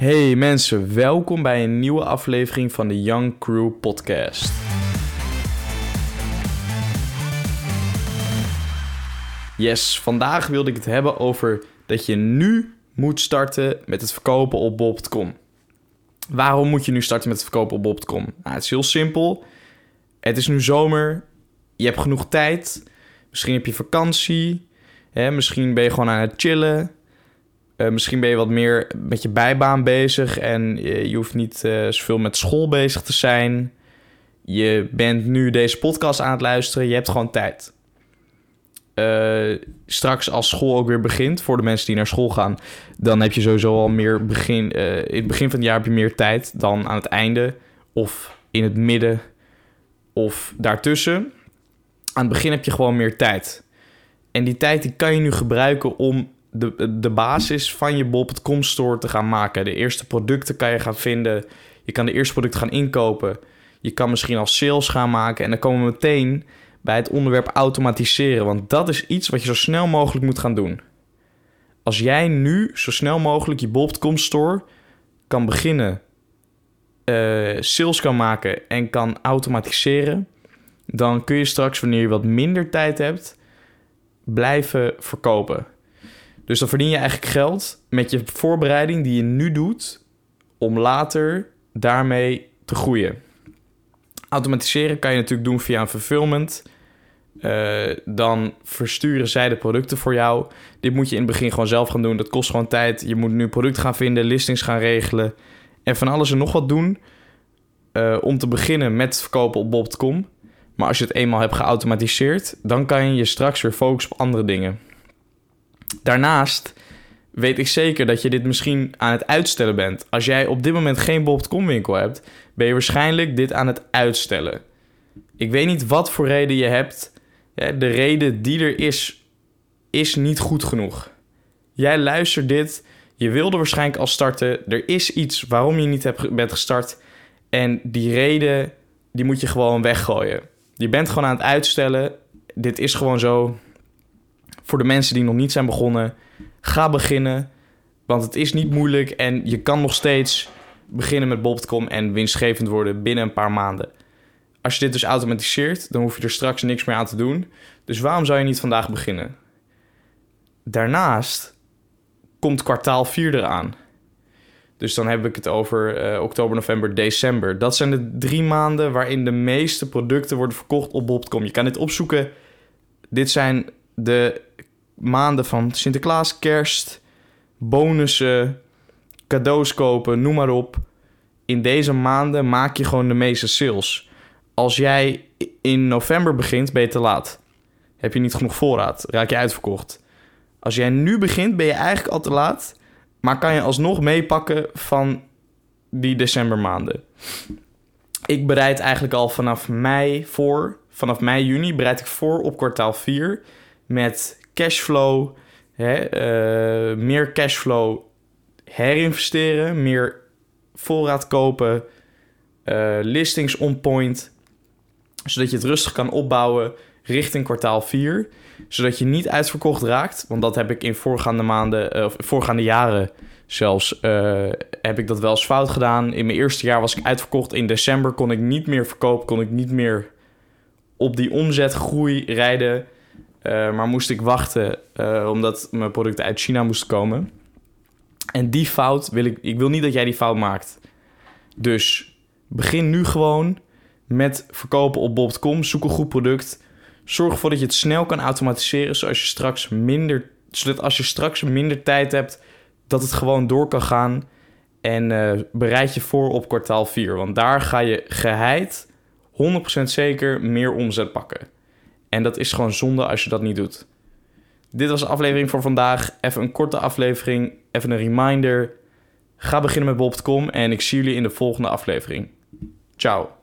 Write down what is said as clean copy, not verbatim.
Hey mensen, welkom bij een nieuwe aflevering van de Young Crew podcast. Yes, vandaag wilde ik het hebben over dat je nu moet starten met het verkopen op bol.com. Waarom moet je nu starten met het verkopen op bol.com? Nou, het is heel simpel. Het is nu zomer, je hebt genoeg tijd, misschien heb je vakantie, misschien ben je gewoon aan het chillen. Misschien ben je wat meer met je bijbaan bezig en je hoeft niet zoveel met school bezig te zijn. Je bent nu deze podcast aan het luisteren, je hebt gewoon tijd. Straks als school ook weer begint, voor de mensen die naar school gaan, dan heb je sowieso al meer in het begin van het jaar heb je meer tijd dan aan het einde of in het midden of daartussen. Aan het begin heb je gewoon meer tijd. En die tijd die kan je nu gebruiken om de basis van je bol.com store te gaan maken. De eerste producten kan je gaan vinden. Je kan de eerste producten gaan inkopen. Je kan misschien al sales gaan maken. En dan komen we meteen bij het onderwerp automatiseren. Want dat is iets wat je zo snel mogelijk moet gaan doen. Als jij nu zo snel mogelijk je bol.com store kan beginnen, sales kan maken en kan automatiseren, dan kun je straks, wanneer je wat minder tijd hebt, blijven verkopen. Dus dan verdien je eigenlijk geld met je voorbereiding die je nu doet om later daarmee te groeien. Automatiseren kan je natuurlijk doen via een fulfillment. Dan versturen zij de producten voor jou. Dit moet je in het begin gewoon zelf gaan doen. Dat kost gewoon tijd. Je moet nu producten gaan vinden, listings gaan regelen en van alles en nog wat doen om te beginnen met verkopen op bol.com. Maar als je het eenmaal hebt geautomatiseerd, dan kan je je straks weer focussen op andere dingen. Daarnaast weet ik zeker dat je dit misschien aan het uitstellen bent. Als jij op dit moment geen bol.com winkel hebt, ben je waarschijnlijk dit aan het uitstellen. Ik weet niet wat voor reden je hebt. Ja, de reden die er is niet goed genoeg. Jij luistert dit, je wilde waarschijnlijk al starten. Er is iets waarom je niet bent gestart. En die reden, die moet je gewoon weggooien. Je bent gewoon aan het uitstellen. Dit is gewoon zo. Voor de mensen die nog niet zijn begonnen, ga beginnen. Want het is niet moeilijk en je kan nog steeds beginnen met bol.com en winstgevend worden binnen een paar maanden. Als je dit dus automatiseert, dan hoef je er straks niks meer aan te doen. Dus waarom zou je niet vandaag beginnen? Daarnaast komt kwartaal 4 eraan. Dus dan heb ik het over oktober, november, december. Dat zijn de 3 maanden waarin de meeste producten worden verkocht op bol.com. Je kan dit opzoeken. Dit zijn de maanden van Sinterklaas, kerst, bonussen, cadeaus kopen, noem maar op. In deze maanden maak je gewoon de meeste sales. Als jij in november begint, ben je te laat. Heb je niet genoeg voorraad, raak je uitverkocht. Als jij nu begint, ben je eigenlijk al te laat, maar kan je alsnog meepakken van die decembermaanden. Ik bereid eigenlijk al vanaf mei, juni bereid ik voor op kwartaal 4 met cashflow, meer cashflow herinvesteren, meer voorraad kopen, listings on point, zodat je het rustig kan opbouwen richting kwartaal 4, zodat je niet uitverkocht raakt, want dat heb ik in voorgaande jaren zelfs, heb ik dat wel eens fout gedaan. In mijn eerste jaar was ik uitverkocht. In december kon ik niet meer verkopen, kon ik niet meer op die omzetgroei rijden, maar moest ik wachten omdat mijn producten uit China moesten komen. En die fout ik wil niet dat jij die fout maakt. Dus begin nu gewoon met verkopen op bol.com. Zoek een goed product. Zorg ervoor dat je het snel kan automatiseren, zodat als je straks minder tijd hebt, dat het gewoon door kan gaan. En bereid je voor op kwartaal 4. Want daar ga je geheid 100% zeker meer omzet pakken. En dat is gewoon zonde als je dat niet doet. Dit was de aflevering voor vandaag. Even een korte aflevering. Even een reminder. Ga beginnen met bol.com en ik zie jullie in de volgende aflevering. Ciao.